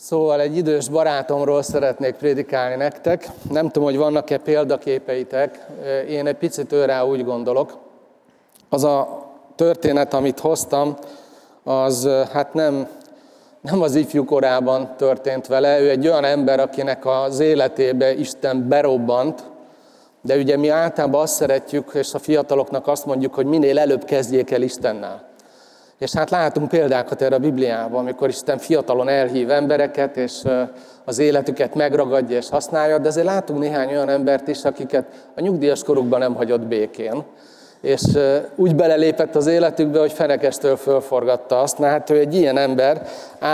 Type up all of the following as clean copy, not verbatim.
Szóval egy idős barátomról szeretnék prédikálni nektek. Nem tudom, hogy vannak-e példaképeitek. Én egy picit őrá úgy gondolok. Az a történet, amit hoztam, az nem az ifjú korában történt vele. Ő egy olyan ember, akinek az életébe Isten berobbant, de ugye mi általában azt szeretjük, és a fiataloknak azt mondjuk, hogy minél előbb kezdjék el Istennel. És hát látunk példákat erre a Bibliában, amikor Isten fiatalon elhív embereket, és az életüket megragadja és használja, de azért látunk néhány olyan embert is, akiket a nyugdíjas korukban nem hagyott békén. És úgy belelépett az életükbe, hogy fenekestől fölforgatta azt. Na hát ő egy ilyen ember,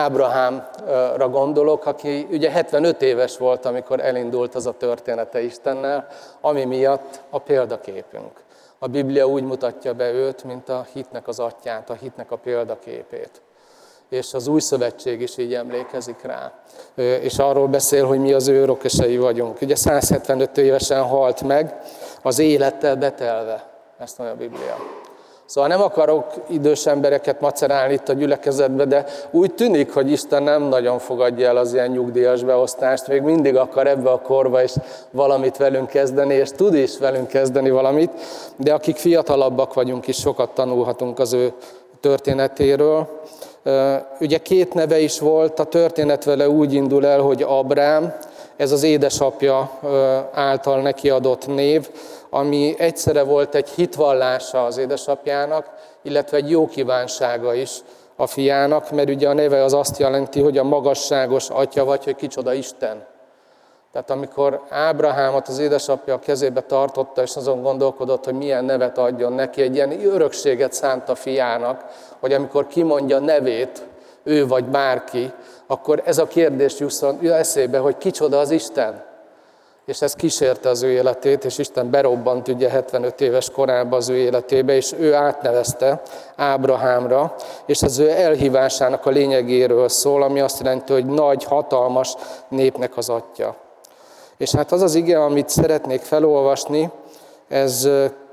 Ábrahámra gondolok, aki ugye 75 éves volt, amikor elindult az a története Istennel, ami miatt a példaképünk. A Biblia úgy mutatja be őt, mint a hitnek az atyját, a hitnek a példaképét. És az Új Szövetség is így emlékezik rá. És arról beszél, hogy mi az ő örökösei vagyunk. Ugye 175 évesen halt meg, az élettel betelve. Ezt mondja a Biblia. Szóval nem akarok idős embereket macerálni itt a gyülekezetbe, de úgy tűnik, hogy Isten nem nagyon fogadja el az ilyen nyugdíjas beosztást, még mindig akar ebbe a korba is valamit velünk kezdeni, és tud is velünk kezdeni valamit, de akik fiatalabbak vagyunk is, sokat tanulhatunk az ő történetéről. Ugye 2 neve is volt, a történet vele úgy indul el, hogy Abrám, ez az édesapja által neki adott név, ami egyszerre volt egy hitvallása az édesapjának, illetve egy jó kívánsága is a fiának, mert ugye a neve az azt jelenti, hogy a magasságos atya vagy, hogy kicsoda Isten. Tehát amikor Ábrahámot az édesapja a kezébe tartotta, és azon gondolkodott, hogy milyen nevet adjon neki, egy ilyen örökséget szánt a fiának, hogy amikor kimondja nevét, ő vagy bárki, akkor ez a kérdés jusson eszébe, hogy kicsoda az Isten. És ez kísérte az ő életét, és Isten berobbant ugye 75 éves korában az ő életébe, és ő átnevezte Ábrahámra, és az ő elhívásának a lényegéről szól, ami azt jelenti, hogy nagy, hatalmas népnek az atya. És hát az az ige, amit szeretnék felolvasni, ez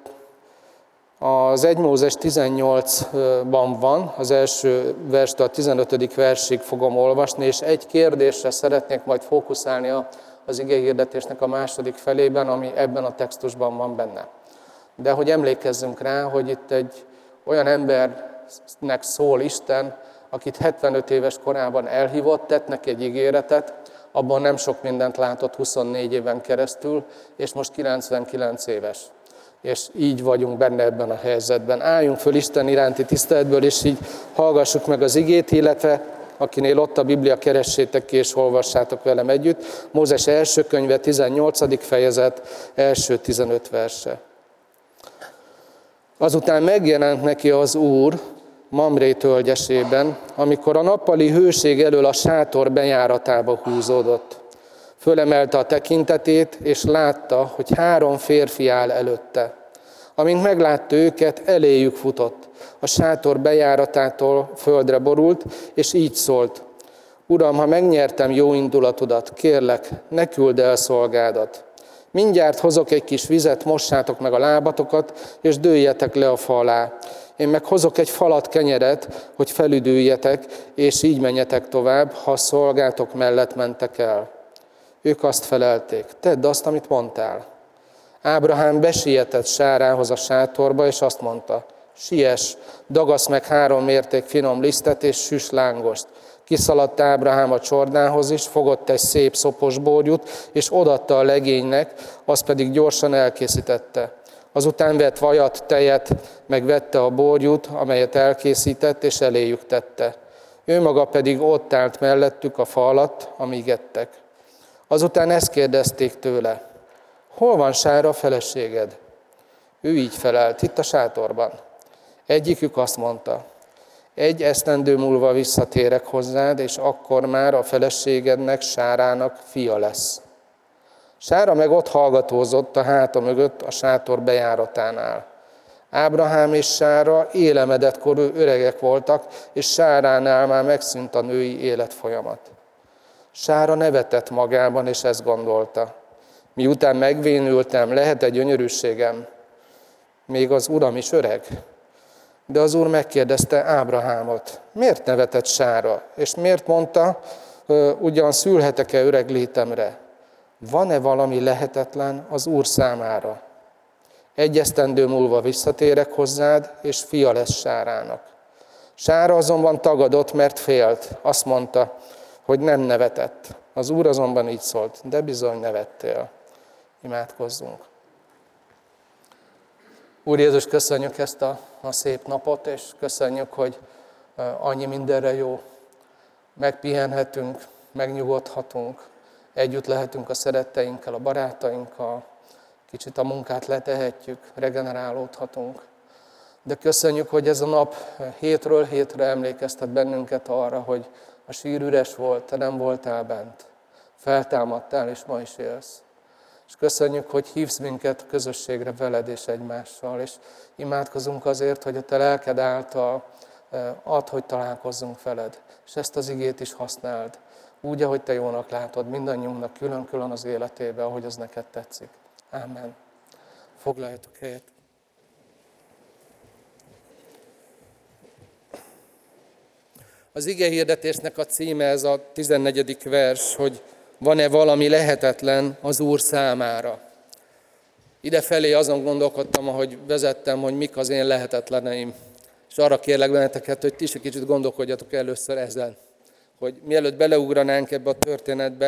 az 1 Mózes 18-ban van, az első verstől a 15. versig fogom olvasni, és egy kérdésre szeretnék majd fókuszálni az igehirdetésnek a második felében, ami ebben a textusban van benne. De hogy emlékezzünk rá, hogy itt egy olyan embernek szól Isten, akit 75 éves korában elhívott, tett neki egy ígéretet, abban nem sok mindent látott 24 éven keresztül, és most 99 éves. És így vagyunk benne ebben a helyzetben. Álljunk föl Isten iránti tiszteletből, és így hallgassuk meg az igét, illetve akinél ott a Biblia, keressétek ki és olvassátok velem együtt. Mózes első könyve, 18. fejezet, első 15 verse. Azután megjelent neki az Úr Mamré tölgyesében, amikor a nappali hőség elől a sátor bejáratába húzódott. Fölemelte a tekintetét, és látta, hogy 3 férfi áll előtte. Amint meglátta őket, eléjük futott. A sátor bejáratától földre borult, és így szólt: Uram, ha megnyertem jó indulatodat, kérlek, ne küld el szolgádat. Mindjárt hozok egy kis vizet, mossátok meg a lábatokat, és dőljetek le a fa alá. Én meg hozok egy falat kenyeret, hogy felüdüljetek, és így menjetek tovább, ha a szolgátok mellett mentek el. Ők azt felelték: tedd azt, amit mondtál. Ábrahám besietett Sárához a sátorba, és azt mondta: siess, dagasz meg 3 mérték finom lisztet, és süss lángost. Kiszaladt Ábrahám a csordához is, fogott egy szép szopos borjút, és odaadta a legénynek, az pedig gyorsan elkészítette. Azután vett vajat, tejet, meg vette a borjút, amelyet elkészített, és eléjük tette. Ő maga pedig ott állt mellettük a fa alatt, amíg ettek. Azután ezt kérdezték tőle: hol van Sára feleséged? Ő így felelt: itt a sátorban. Egyikük azt mondta: 1 esztendő múlva visszatérek hozzád, és akkor már a feleségednek, Sárának fia lesz. Sára meg ott hallgatózott a háta mögött a sátor bejáratánál. Ábrahám és Sára élemedett korú öregek voltak, és Sáránál már megszűnt a női életfolyamat. Sára nevetett magában, és ezt gondolta: miután megvénültem, lehet-e gyönyörűségem? Még az Uram is öreg. De az Úr megkérdezte Ábrahámot: miért nevetett Sára? És miért mondta, ugyan szülhetek-e öreg létemre? Van-e valami lehetetlen az Úr számára? Egy esztendő múlva visszatérek hozzád, és fia lesz Sárának. Sára azonban tagadott, mert félt. Azt mondta, hogy nem nevetett. Az Úr azonban így szólt, de bizony nevettél. Imádkozzunk. Úr Jézus, köszönjük ezt a szép napot, és köszönjük, hogy annyi mindenre jó. Megpihenhetünk, megnyugodhatunk, együtt lehetünk a szeretteinkkel, a barátainkkal, kicsit a munkát letehetjük, regenerálódhatunk. De köszönjük, hogy ez a nap hétről hétre emlékeztet bennünket arra, hogy a sír üres volt, te nem voltál bent. Feltámadtál, és ma is élsz. És köszönjük, hogy hívsz minket közösségre veled és egymással, és imádkozunk azért, hogy a te lelked által add, hogy találkozzunk veled. És ezt az igét is használd, úgy, ahogy te jónak látod, mindannyiunknak külön-külön az életébe, ahogy az neked tetszik. Ámen. Foglaljatok helyet. Az igehirdetésnek a címe, ez a 14. vers, hogy van-e valami lehetetlen az Úr számára. Idefelé azon gondolkodtam, ahogy vezettem, hogy mik az én lehetetleneim. És arra kérlek benneteket, hogy ti is egy kicsit gondolkodjatok először ezen. Hogy mielőtt beleugranánk ebbe a történetbe,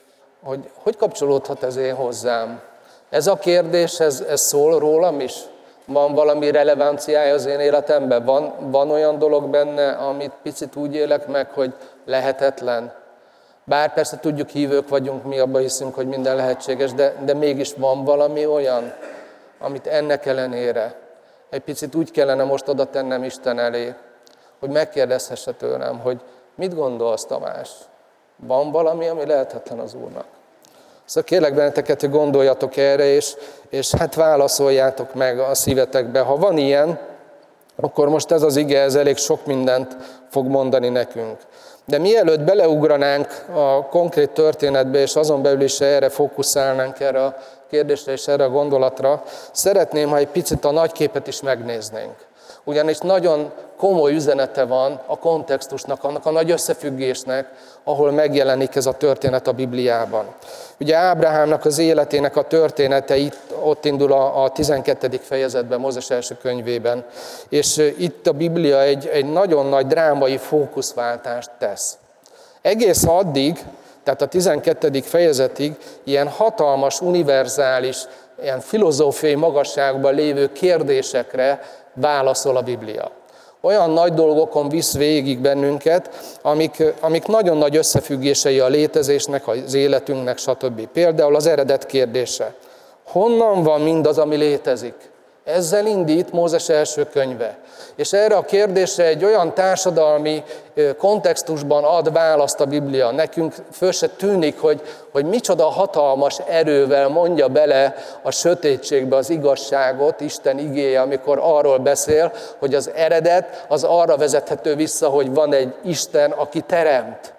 hogy kapcsolódhat ez én hozzám. Ez a kérdés, ez szól rólam is? Van valami relevanciája az én életemben? Van olyan dolog benne, amit picit úgy élek meg, hogy lehetetlen? Bár persze tudjuk, hívők vagyunk, mi abban hiszünk, hogy minden lehetséges, de mégis van valami olyan, amit ennek ellenére egy picit úgy kellene most oda tennem Isten elé, hogy megkérdezhesse tőlem, hogy mit gondolsz, Tamás? Van valami, ami lehetetlen az Úrnak? Szóval kérlek benneteket, hogy gondoljatok erre, és hát válaszoljátok meg a szívetekbe. Ha van ilyen, akkor most ez az ige, ez elég sok mindent fog mondani nekünk. De mielőtt beleugranánk a konkrét történetbe, és azon belül is erre fókuszálnánk, erre a kérdésre és erre a gondolatra, szeretném, ha egy picit a nagy képet is megnéznénk. Ugyanis nagyon komoly üzenete van a kontextusnak, annak a nagy összefüggésnek, ahol megjelenik ez a történet a Bibliában. Ugye Ábrahámnak az életének a története ott indul a 12. fejezetben, Mózes első könyvében, és itt a Biblia egy nagyon nagy drámai fókuszváltást tesz. Egész addig, tehát a 12. fejezetig ilyen hatalmas, univerzális, ilyen filozófiai magasságban lévő kérdésekre válaszol a Biblia. Olyan nagy dolgokon visz végig bennünket, amik nagyon nagy összefüggései a létezésnek, az életünknek, stb. Például az eredet kérdése. Honnan van mindaz, ami létezik? Ezzel indít Mózes első könyve. És erre a kérdésre egy olyan társadalmi kontextusban ad választ a Biblia. Nekünk föl se tűnik, hogy micsoda hatalmas erővel mondja bele a sötétségbe az igazságot Isten igéje, amikor arról beszél, hogy az eredet az arra vezethető vissza, hogy van egy Isten, aki teremt.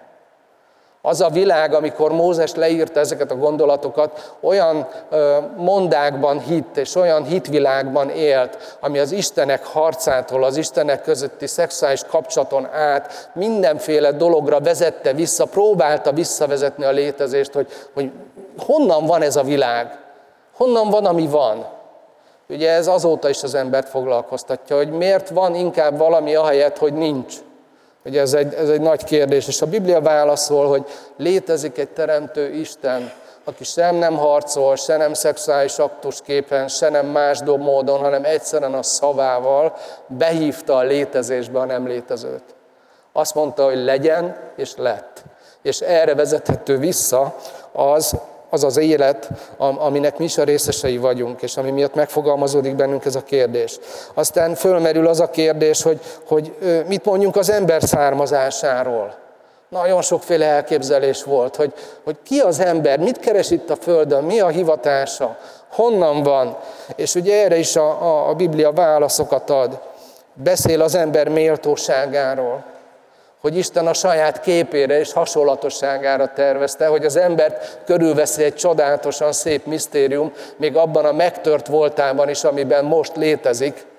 Az a világ, amikor Mózes leírta ezeket a gondolatokat, olyan mondákban hitt, és olyan hitvilágban élt, ami az Istenek harcától, az Istenek közötti szexuális kapcsolaton át mindenféle dologra vezette vissza, próbálta visszavezetni a létezést, hogy honnan van ez a világ, honnan van, ami van. Ugye ez azóta is az embert foglalkoztatja, hogy miért van inkább valami ahelyett, hogy nincs. Ugye ez egy nagy kérdés, és a Biblia válaszol, hogy létezik egy teremtő Isten, aki sem nem harcol, se nem szexuális aktusképpen, se nem más módon, hanem egyszerűen a szavával behívta a létezésbe a nem létezőt. Azt mondta, hogy legyen, és lett. És erre vezethető vissza az élet, aminek mi is a részesei vagyunk, és ami miatt megfogalmazódik bennünk ez a kérdés. Aztán fölmerül az a kérdés, hogy mit mondjunk az ember származásáról. Nagyon sokféle elképzelés volt, hogy ki az ember, mit keres itt a Földön, mi a hivatása, honnan van. És ugye erre is a Biblia válaszokat ad. Beszél az ember méltóságáról, hogy Isten a saját képére és hasonlatosságára tervezte, hogy az embert körülveszi egy csodálatosan szép misztérium, még abban a megtört voltában is, amiben most létezik,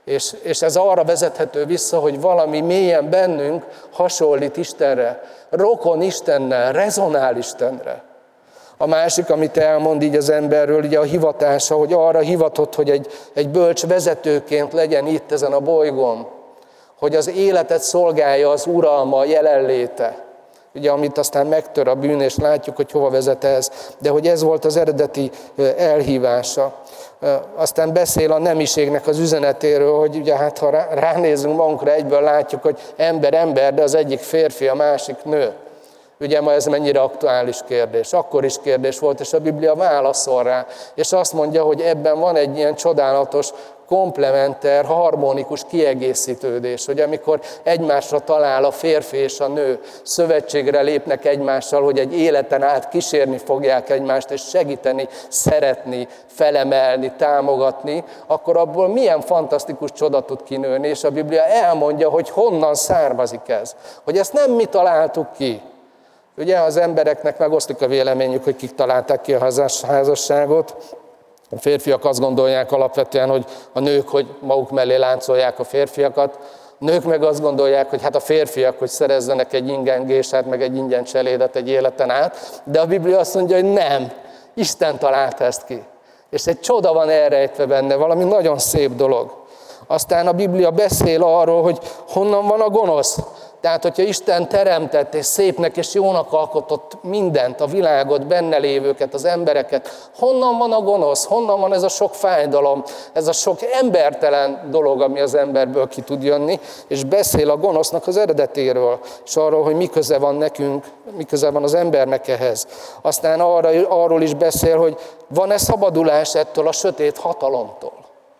És ez arra vezethető vissza, hogy valami mélyen bennünk hasonlít Istenre, rokon Istennel, rezonál Istenre. A másik, amit elmond így az emberről, ugye a hivatása, hogy arra hivatott, hogy egy bölcs vezetőként legyen itt ezen a bolygón, hogy az életet szolgálja az uralma, a jelenléte. Ugye, amit aztán megtör a bűn, és látjuk, hogy hova vezet ez. De hogy ez volt az eredeti elhívása. Aztán beszél a nemiségnek az üzenetéről, hogy ugye hát ha ránézünk magunkra, egyből látjuk, hogy ember, de az egyik férfi, a másik nő. Ugye ma ez mennyire aktuális kérdés. Akkor is kérdés volt, és a Biblia válaszol rá. És azt mondja, hogy ebben van egy ilyen csodálatos, komplementer, harmonikus kiegészítődés, hogy amikor egymásra talál a férfi és a nő, szövetségre lépnek egymással, hogy egy életen át kísérni fogják egymást, és segíteni, szeretni, felemelni, támogatni, akkor abból milyen fantasztikus csoda tud kinőni, és a Biblia elmondja, hogy honnan származik ez. Hogy ezt nem mi találtuk ki. Ugye az embereknek megoszlik a véleményük, hogy kik találták ki a házasságot. A férfiak azt gondolják alapvetően, hogy a nők, hogy maguk mellé láncolják a férfiakat. A nők meg azt gondolják, hogy hát a férfiak, hogy szerezzenek egy ingyen-gésát, meg egy ingyen cselédet egy életen át. De a Biblia azt mondja, hogy nem. Isten találta ezt ki. És egy csoda van elrejtve benne, valami nagyon szép dolog. Aztán a Biblia beszél arról, hogy honnan van a gonosz. Tehát, hogyha Isten teremtett, és szépnek és jónak alkotott mindent, a világot, benne lévőket, az embereket, honnan van a gonosz, honnan van ez a sok fájdalom, ez a sok embertelen dolog, ami az emberből ki tud jönni, és beszél a gonosznak az eredetéről, és arról, hogy mi köze van nekünk, mi köze van az embernek ehhez. Aztán arról is beszél, hogy van-e szabadulás ettől a sötét hatalomtól.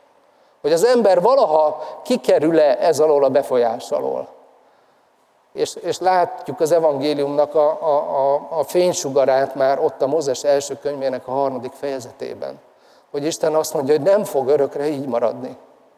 Hogy az ember valaha kikerül-e ez alól a befolyás alól. És látjuk az evangéliumnak a fénysugarát már ott a Mózes első könyvének a 3. fejezetében. Hogy Isten azt mondja, hogy nem fog örökre így maradni.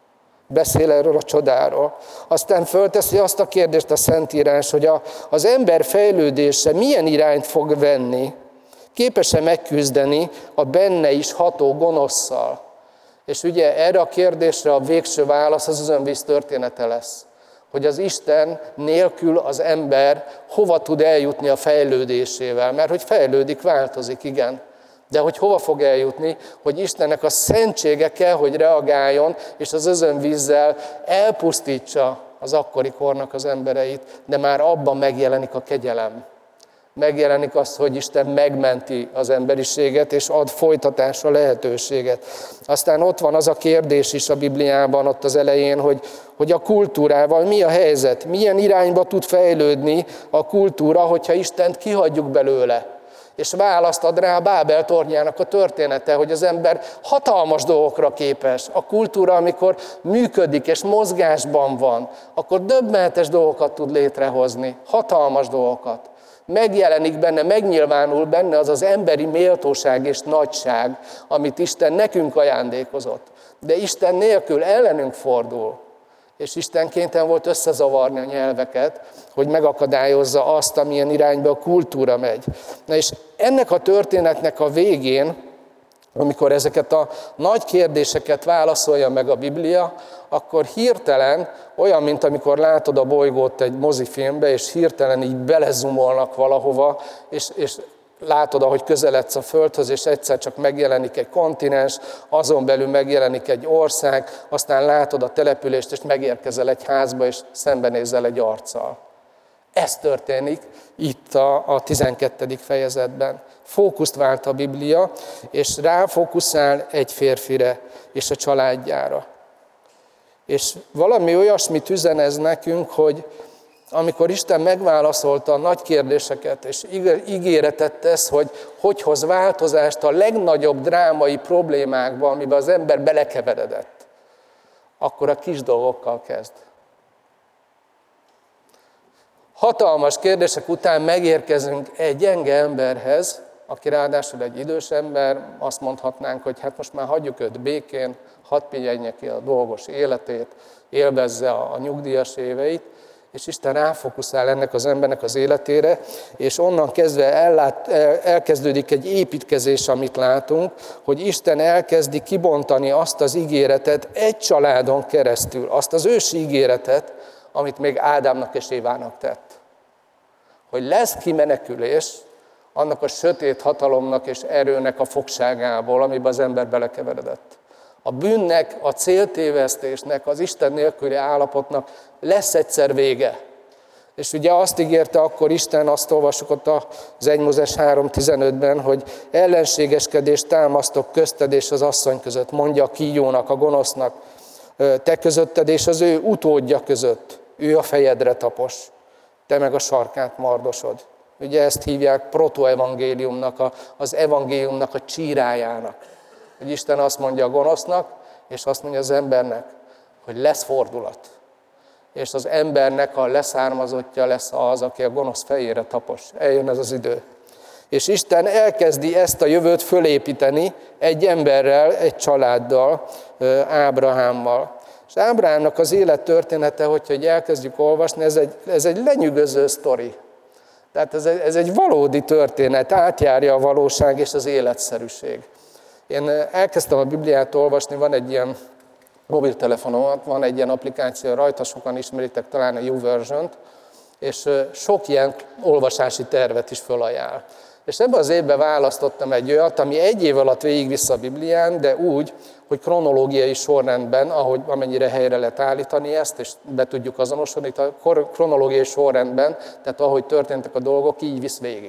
Beszél erről a csodáról. Aztán fölteszi azt a kérdést a Szentírás, hogy az ember fejlődése milyen irányt fog venni, képes-e megküzdeni a benne is ható gonosszal. És ugye erre a kérdésre a végső válasz az özönvíz története lesz. Hogy az Isten nélkül az ember hova tud eljutni a fejlődésével. Mert hogy fejlődik, változik, igen. De hogy hova fog eljutni, hogy Istennek a szentsége kell, hogy reagáljon, és az özönvízzel elpusztítsa az akkori kornak az embereit, de már abban megjelenik a kegyelem. Megjelenik az, hogy Isten megmenti az emberiséget, és ad folytatásra lehetőséget. Aztán ott van az a kérdés is a Bibliában, ott az elején, hogy a kultúrával mi a helyzet, milyen irányba tud fejlődni a kultúra, hogyha Istent kihagyjuk belőle. És választ ad rá a Bábel tornyának a története, hogy az ember hatalmas dolgokra képes. A kultúra, amikor működik és mozgásban van, akkor döbbenetes dolgokat tud létrehozni, hatalmas dolgokat. Megjelenik benne, megnyilvánul benne az az emberi méltóság és nagyság, amit Isten nekünk ajándékozott. De Isten nélkül ellenünk fordul, és Isten kénytelen volt összezavarni a nyelveket, hogy megakadályozza azt, amilyen irányba a kultúra megy. Na és ennek a történetnek a végén, amikor ezeket a nagy kérdéseket válaszolja meg a Biblia, akkor hirtelen, olyan, mint amikor látod a bolygót egy mozifilmbe, és hirtelen így belezumolnak valahova, és látod, ahogy közeledsz a Földhöz, és egyszer csak megjelenik egy kontinens, azon belül megjelenik egy ország, aztán látod a települést, és megérkezel egy házba, és szembenézel egy arccal. Ez történik itt a 12. fejezetben. Fókuszt vált a Biblia, és ráfókuszál egy férfire és a családjára. És valami olyasmit üzen ez nekünk, hogy amikor Isten megválaszolta a nagy kérdéseket, és ígéretet tesz, hogy hoz változást a legnagyobb drámai problémákba, amiben az ember belekeveredett, akkor a kis dolgokkal kezd. Hatalmas kérdések után megérkezünk egy gyenge emberhez, aki ráadásul egy idős ember, azt mondhatnánk, hogy hát most már hagyjuk őt békén, hadd pihenje ki a dolgos életét, élvezze a nyugdíjas éveit, És Isten ráfokuszál ennek az embernek az életére, és onnan kezdve elkezdődik egy építkezés, amit látunk, hogy Isten elkezdi kibontani azt az ígéretet egy családon keresztül, azt az ősi ígéretet, amit még Ádámnak és Évának tett. Hogy lesz kimenekülés annak a sötét hatalomnak és erőnek a fogságából, amiben az ember belekeveredett. A bűnnek, a céltévesztésnek, az Isten nélküli állapotnak lesz egyszer vége. És ugye azt ígérte akkor Isten, azt olvassuk ott az 1 Mózes 3.15-ben, hogy ellenségeskedést támasztok közted és az asszony között, mondja a kígyónak, a gonosznak, te közötted és az ő utódja között. Ő a fejedre tapos, te meg a sarkát mardosod. Ugye ezt hívják protoevangéliumnak, az evangéliumnak a csírájának. Hogy Isten azt mondja a gonosznak, és azt mondja az embernek, hogy lesz fordulat. És az embernek a leszármazottja lesz az, aki a gonosz fejére tapos. Eljön ez az idő. És Isten elkezdi ezt a jövőt fölépíteni egy emberrel, egy családdal, Ábrahámmal. És Ábrahámnak az élettörténete, hogyha elkezdjük olvasni, ez egy lenyűgöző sztori. Tehát ez egy valódi történet, átjárja a valóság és az életszerűség. Én elkezdtem a Bibliát olvasni, van egy ilyen mobiltelefonon, van egy ilyen applikáció rajta, sokan ismeritek talán a YouVersion-t, és sok ilyen olvasási tervet is fölajánl. És ebben az évben választottam egy olyat, ami egy év alatt végigvisz a Biblián, de úgy, hogy kronológiai sorrendben, amennyire helyre lehet állítani ezt, és be tudjuk azonosítani, a kronológiai sorrendben, tehát ahogy történtek a dolgok, így visz végig.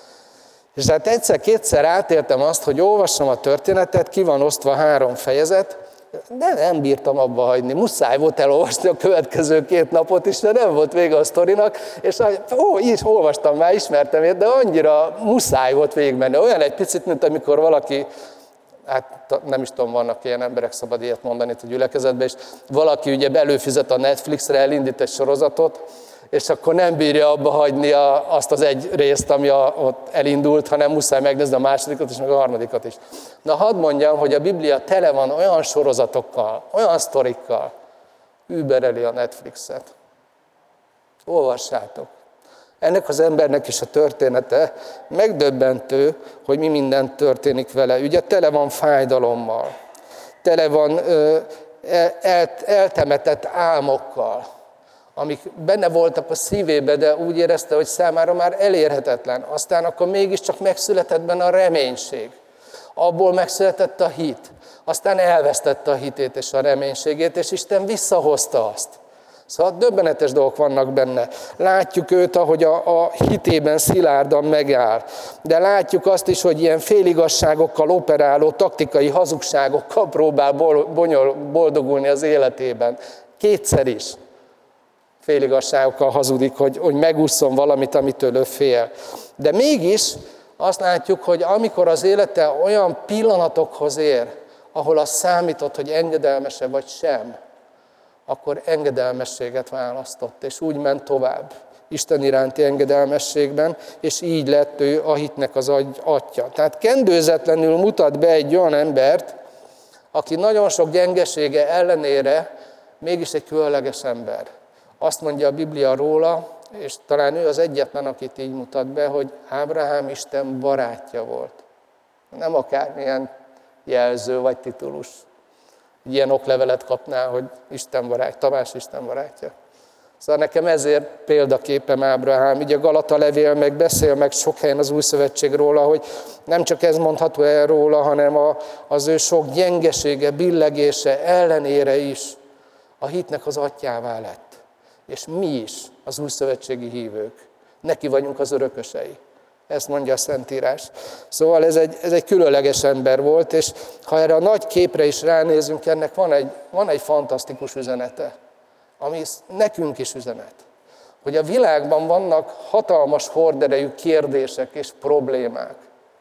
És hát egyszer-kétszer átéltem azt, hogy olvassam a történetet, ki van osztva 3 fejezet, de nem bírtam abba hagyni. Muszáj volt elolvasni a következő 2 napot is, de nem volt vége a sztorinak, és így olvastam már, ismertem ilyet, de annyira muszáj volt végigmenni. Olyan egy picit, mint amikor valaki, hát nem is tudom, vannak ilyen emberek, szabad ilyet mondani a gyülekezetben, és valaki ugye előfizet a Netflixre, elindít egy sorozatot, és akkor nem bírja abba hagyni azt az egy részt, ami ott elindult, hanem muszáj megnézni a másodikat és meg a harmadikat is. Na hadd mondjam, hogy a Biblia tele van olyan sorozatokkal, olyan sztorikkal, übereli a Netflixet. Olvassátok. Ennek az embernek is a története megdöbbentő, hogy mi minden történik vele. Ugye tele van fájdalommal, tele van eltemetett álmokkal, amik benne voltak a szívébe, de úgy érezte, hogy számára már elérhetetlen. Aztán akkor mégiscsak megszületett benne a reménység. Abból megszületett a hit. Aztán elvesztette a hitét és a reménységét, és Isten visszahozta azt. Szóval döbbenetes dolgok vannak benne. Látjuk őt, ahogy a hitében szilárdan megáll. De látjuk azt is, hogy ilyen féligasságokkal operáló, taktikai hazugságokkal próbál boldogulni az életében. 2-szer is. Féligasságokkal hazudik, hogy megússzon valamit, amitől ő fél. De mégis azt látjuk, hogy amikor az élete olyan pillanatokhoz ér, ahol az számított, hogy engedelmese vagy sem, akkor engedelmességet választott, és úgy ment tovább Isten iránti engedelmességben, és így lett ő a hitnek az atya. Tehát kendőzetlenül mutat be egy olyan embert, aki nagyon sok gyengesége ellenére mégis egy különleges ember. Azt mondja a Biblia róla, és talán ő az egyetlen, akit így mutat be, hogy Ábrahám Isten barátja volt. Nem akármilyen jelző vagy titulus. Ilyen oklevelet kapnál, hogy Isten barátja, Tamás Isten barátja. Szóval nekem ezért példaképem Ábrahám. Ugye a Galata levél meg beszél meg sok helyen az Új Szövetség róla, hogy nem csak ez mondható el róla, hanem az ő sok gyengesége, billegése ellenére is a hitnek az atyává lett. És mi is, az újszövetségi hívők, neki vagyunk az örökösei. Ezt mondja a Szentírás. Szóval ez egy különleges ember volt, és ha erre a nagy képre is ránézünk, ennek van egy fantasztikus üzenete, ami nekünk is üzenet. Hogy a világban vannak hatalmas horderejű kérdések és problémák.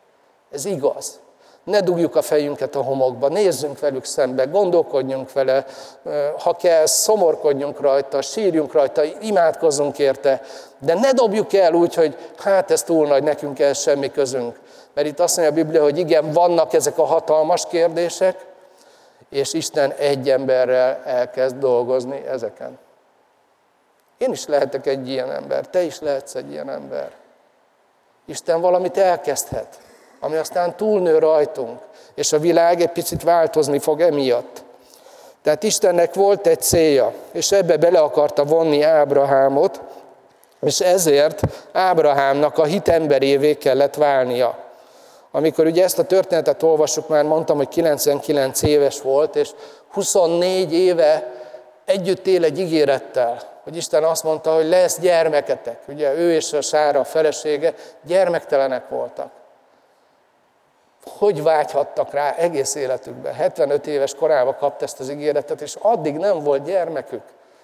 Ez igaz. Ne dugjuk a fejünket a homokba, nézzünk velük szembe, gondolkodjunk vele, ha kell, szomorkodjunk rajta, sírjunk rajta, imádkozzunk érte, de ne dobjuk el úgy, hogy hát ez túl nagy, nekünk ez semmi közünk. Mert itt azt mondja a Biblia, hogy igen, vannak ezek a hatalmas kérdések, és Isten egy emberrel elkezd dolgozni ezeken. Én is lehetek egy ilyen ember, te is lehetsz egy ilyen ember. Isten valamit elkezdhet, ami aztán túlnő rajtunk, és a világ egy picit változni fog emiatt. Tehát Istennek volt egy célja, és ebbe bele akarta vonni Ábrahámot, és ezért Ábrahámnak a hit emberévé kellett válnia. Amikor ugye ezt a történetet olvassuk, már mondtam, hogy 99 éves volt, és 24 éve együtt él egy ígérettel, hogy Isten azt mondta, hogy lesz gyermeketek. Ugye ő és a Sára, a felesége gyermektelenek voltak. Hogy vágyhattak rá egész életükben? 75 éves korában kapta ezt az ígéretet, és addig nem volt gyermekük.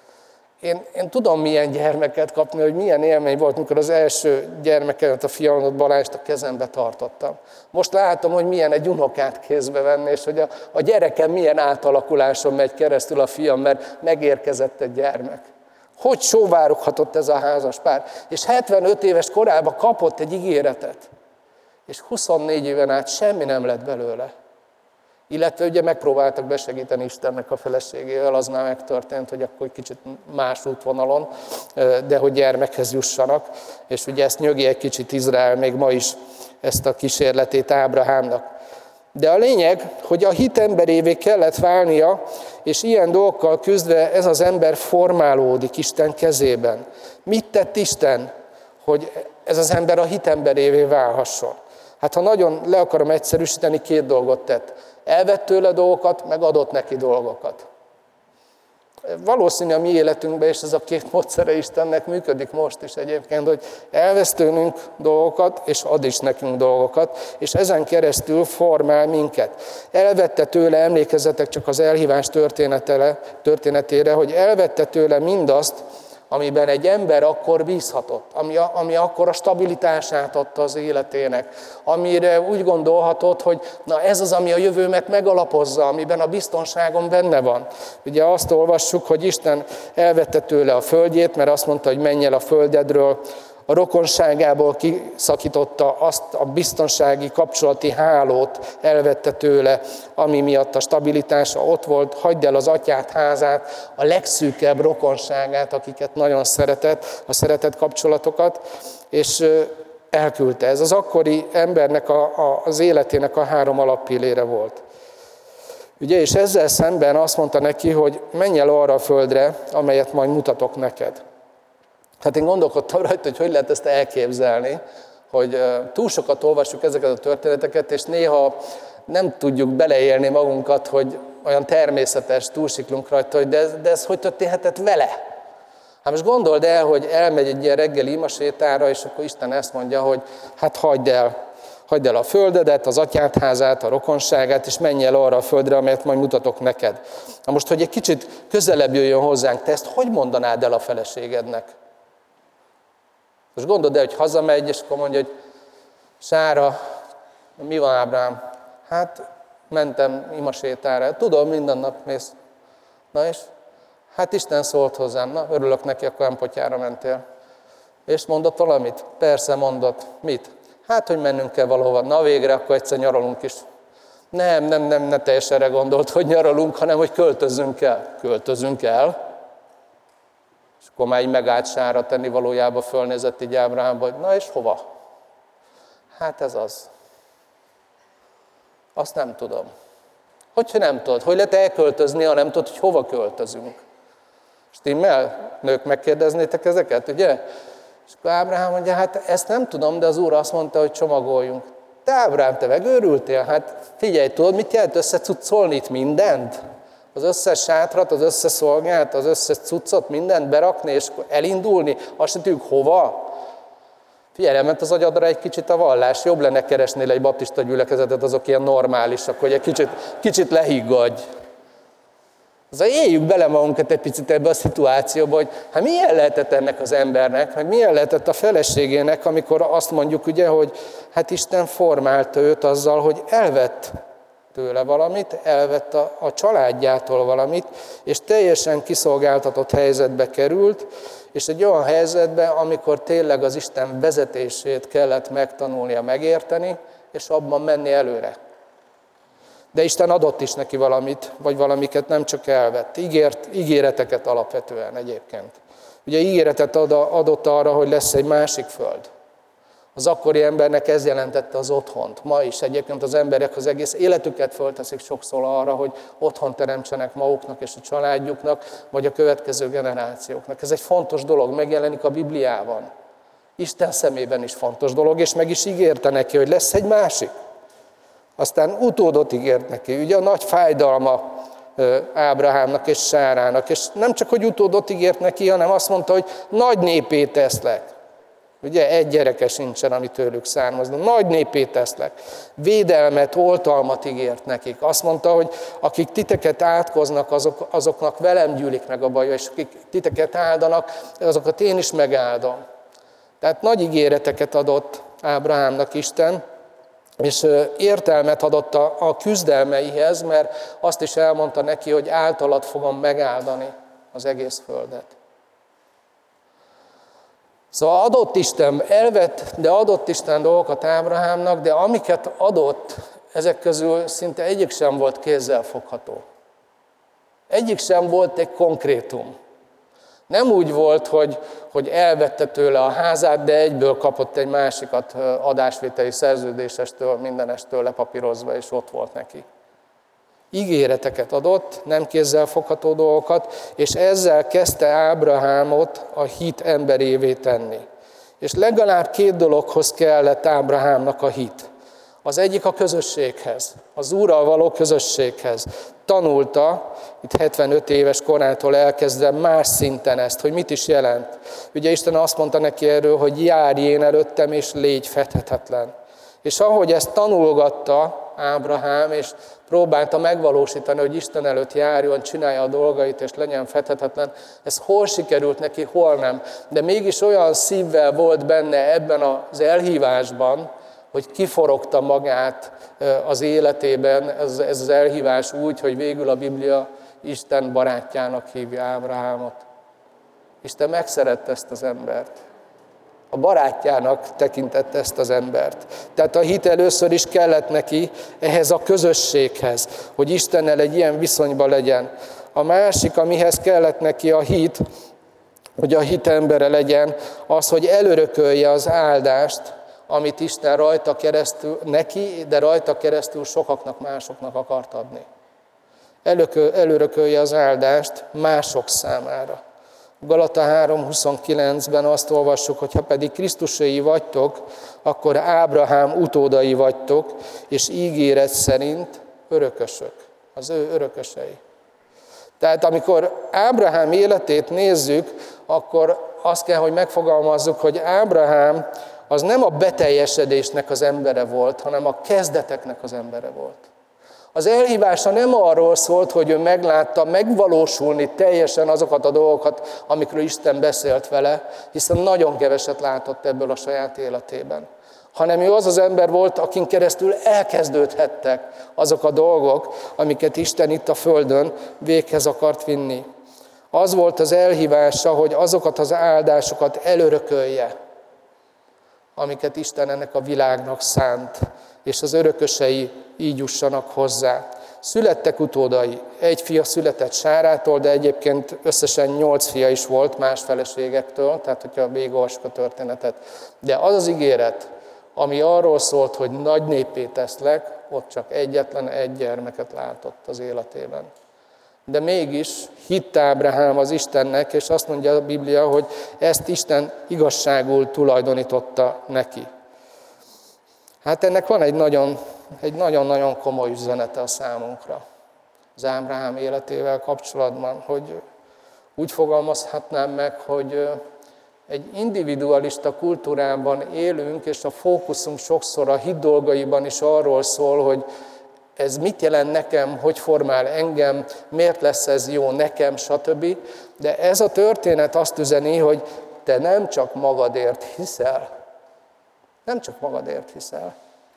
Én tudom, milyen gyermeket kapni, hogy milyen élmény volt, mikor az első gyermekemet, a fiamat Balást a kezembe tartottam. Most látom, hogy milyen egy unokát kézbe venni, és hogy a gyerekem milyen átalakuláson megy keresztül a fiam, mert megérkezett egy gyermek. Hogy sóvároghatott ez a házas pár? És 75 éves korában kapott egy ígéretet. És 24 éven át semmi nem lett belőle. Illetve ugye megpróbáltak besegíteni Istennek a feleségével, az már megtörtént, hogy akkor kicsit más útvonalon, de hogy gyermekhez jussanak. És ugye ezt nyögi egy kicsit Izrael még ma is, ezt a kísérletét Ábrahámnak. De a lényeg, hogy a hit emberévé kellett válnia, és ilyen dolgokkal küzdve ez az ember formálódik Isten kezében. Mit tett Isten, hogy ez az ember a hit emberévé válhasson? Hát ha nagyon le akarom egyszerűsíteni, 2 dolgot tett. Elvett tőle dolgokat, meg adott neki dolgokat. Valószínű a mi életünkben, és ez a 2 módszere Istennek működik most is egyébként, hogy elvesz tőlünk dolgokat, és ad is nekünk dolgokat, és ezen keresztül formál minket. Elvette tőle, emlékezzetek csak az elhívás történetére, hogy elvette tőle mindazt, amiben egy ember akkor bízhatott, ami akkor a stabilitását adta az életének, amire úgy gondolhatott, hogy na ez az, ami a jövőmet megalapozza, amiben a biztonságom benne van. Ugye azt olvassuk, hogy Isten elvette tőle a földjét, mert azt mondta, hogy menj el a földedről, a rokonságából kiszakította azt a biztonsági kapcsolati hálót, elvette tőle, ami miatt a stabilitása ott volt, hagyd el az atyát házát, a legszűkebb rokonságát, akiket nagyon szeretett, a szeretett kapcsolatokat, és elküldte. Ez az akkori embernek az életének a 3 alappillére volt. Ugye, és ezzel szemben azt mondta neki, hogy menj el arra a földre, amelyet majd mutatok neked. Hát én gondolkodtam rajta, hogy lehet ezt elképzelni, hogy túl sokat olvassuk ezeket a történeteket, és néha nem tudjuk beleélni magunkat, hogy olyan természetes, túlsiklunk rajta, hogy de ez hogy történhetett vele? Hát most gondold el, hogy elmegy egy ilyen reggeli imasétára, és akkor Isten ezt mondja, hogy hát hagyd el a földedet, az atyád házát, a rokonságát, és menj el arra a földre, amelyet majd mutatok neked. Na most, hogy egy kicsit közelebb jöjjön hozzánk, te ezt hogy mondanád el a feleségednek? Most gondold el, hogy hazamegy, és akkor mondja, hogy Sára, mi van Ábrahám? Hát mentem imasétára. Tudom, minden nap mész. Na és? Hát Isten szólt hozzám. Na, örülök neki, akkor Empotyára mentél. És mondott valamit? Persze mondott. Mit? Hát, hogy mennünk kell valahova. Na végre, akkor egyszer nyaralunk is. Nem, ne teljesen erre gondolt, hogy nyaralunk, hanem hogy költözzünk el. Költözzünk el? És akkor már így megállt Sára tenni valójában, fölnézett így Ábrahámba, hogy na és hova? Hát ez az. Azt nem tudom. Hogyha nem tudod, hogy lehet elköltözni, ha nem tudod, hogy hova költözünk? Stimmel? Nők, megkérdeznétek ezeket, ugye? És akkor Ábrahám mondja, hát ezt nem tudom, de az Úr azt mondta, hogy csomagoljunk. Te Ábrahám, te megőrültél? Hát figyelj, tudod, mit jelent összecuccolni itt mindent? Az összes sátrat, az összes szolgált, az összes cuccot, mindent berakni, és elindulni, azt se tudjuk hova. Figyelj, elment az agyadra egy kicsit a vallás, jobb lenne keresnél egy baptista gyülekezetet, azok ilyen normálisak, hogy egy kicsit lehiggadj. Azért éljük bele magunkat egy picit ebbe a szituációba, hogy hát milyen lehetett ennek az embernek, meg milyen lehetett a feleségének, amikor azt mondjuk ugye, hogy hát Isten formálta őt azzal, hogy elvett tőle valamit, elvett a családjától valamit, és teljesen kiszolgáltatott helyzetbe került, és egy olyan helyzetbe, amikor tényleg az Isten vezetését kellett megtanulnia, megérteni, és abban menni előre. De Isten adott is neki valamit, vagy valamiket nem csak elvett. Ígéreteket alapvetően egyébként. Ugye ígéretet adott arra, hogy lesz egy másik föld. Az akkori embernek ez jelentette az otthont. Ma is egyébként az emberek az egész életüket fölteszik sokszor arra, hogy otthont teremtsenek maguknak és a családjuknak, vagy a következő generációknak. Ez egy fontos dolog, megjelenik a Bibliában. Isten szemében is fontos dolog, és meg is ígérte neki, hogy lesz egy másik. Aztán utódot ígért neki, ugye a nagy fájdalma Ábrahámnak és Sárának, és nem csak, hogy utódot ígért neki, hanem azt mondta, hogy nagy népé teszlek. Ugye egy gyereke sincsen, ami tőlük származna. Nagy népé teszlek. Védelmet, oltalmat ígért nekik. Azt mondta, hogy akik titeket átkoznak, azoknak velem gyűlik meg a baja, és akik titeket áldanak, azokat én is megáldom. Tehát nagy ígéreteket adott Ábrahámnak Isten, és értelmet adott a küzdelmeihez, mert azt is elmondta neki, hogy általad fogom megáldani az egész földet. Szóval adott Isten, elvett, de adott Isten dolgokat Ábrahámnak, de amiket adott, ezek közül szinte egyik sem volt kézzelfogható. Egyik sem volt egy konkrétum. Nem úgy volt, hogy elvette tőle a házát, de egyből kapott egy másikat adásvételi szerződésestől, mindenestől lepapírozva, és ott volt neki. Ígéreteket adott, nem kézzelfogható dolgokat, és ezzel kezdte Ábrahámot a hit emberévé tenni. És legalább 2 dologhoz kellett Ábrahámnak a hit. Az egyik a közösséghez, az Úrral való közösséghez. Tanulta, itt 75 éves korától elkezdve más szinten ezt, hogy mit is jelent. Ugye Isten azt mondta neki erről, hogy járj én előttem, és légy fethetetlen. És ahogy ezt tanulgatta Ábrahám, és próbálta megvalósítani, hogy Isten előtt járjon, csinálja a dolgait, és legyen fethetetlen, ez hol sikerült neki, hol nem. De mégis olyan szívvel volt benne ebben az elhívásban, hogy kiforogta magát az életében, ez az elhívás úgy, hogy végül a Biblia Isten barátjának hívja Ábrahámot. Isten megszerette ezt az embert. A barátjának tekintette ezt az embert. Tehát a hit először is kellett neki ehhez a közösséghez, hogy Istennel egy ilyen viszonyban legyen. A másik, amihez kellett neki a hit, hogy a hit embere legyen, az, hogy előrökölje az áldást, amit Isten rajta keresztül, neki, de rajta keresztül sokaknak, másoknak akart adni. Előrökölje az áldást mások számára. Galata 3:29-ben azt olvassuk, hogy ha pedig Krisztusai vagytok, akkor Ábrahám utódai vagytok, és ígéret szerint örökösök, az ő örökösei. Tehát amikor Ábrahám életét nézzük, akkor azt kell, hogy megfogalmazzuk, hogy Ábrahám az nem a beteljesedésnek az embere volt, hanem a kezdeteknek az embere volt. Az elhívása nem arról szólt, hogy ő meglátta megvalósulni teljesen azokat a dolgokat, amikről Isten beszélt vele, hiszen nagyon keveset látott ebből a saját életében. Hanem ő az az ember volt, akin keresztül elkezdődhettek azok a dolgok, amiket Isten itt a földön véghez akart vinni. Az volt az elhívása, hogy azokat az áldásokat előrökölje, amiket Isten ennek a világnak szánt, és az örökösei így jussanak hozzá. Születtek utódai. Egy fia született Sárától, de egyébként összesen 8 fia is volt más feleségektől, tehát hogyha végigolvassuk a történetet. De az az ígéret, ami arról szólt, hogy nagy néppé teszlek, ott csak egyetlen egy gyermeket látott az életében. De mégis hitt Ábrahám az Istennek, és azt mondja a Biblia, hogy ezt Isten igazságul tulajdonította neki. Hát ennek van egy nagyon-nagyon komoly üzenete a számunkra az Ábrahám életével kapcsolatban, hogy úgy fogalmazhatnám meg, hogy egy individualista kultúrában élünk, és a fókuszunk sokszor a hit dolgaiban is arról szól, hogy ez mit jelent nekem, hogy formál engem, miért lesz ez jó nekem, stb. De ez a történet azt üzeni, hogy te nem csak magadért hiszel. Nem csak magadért hiszel.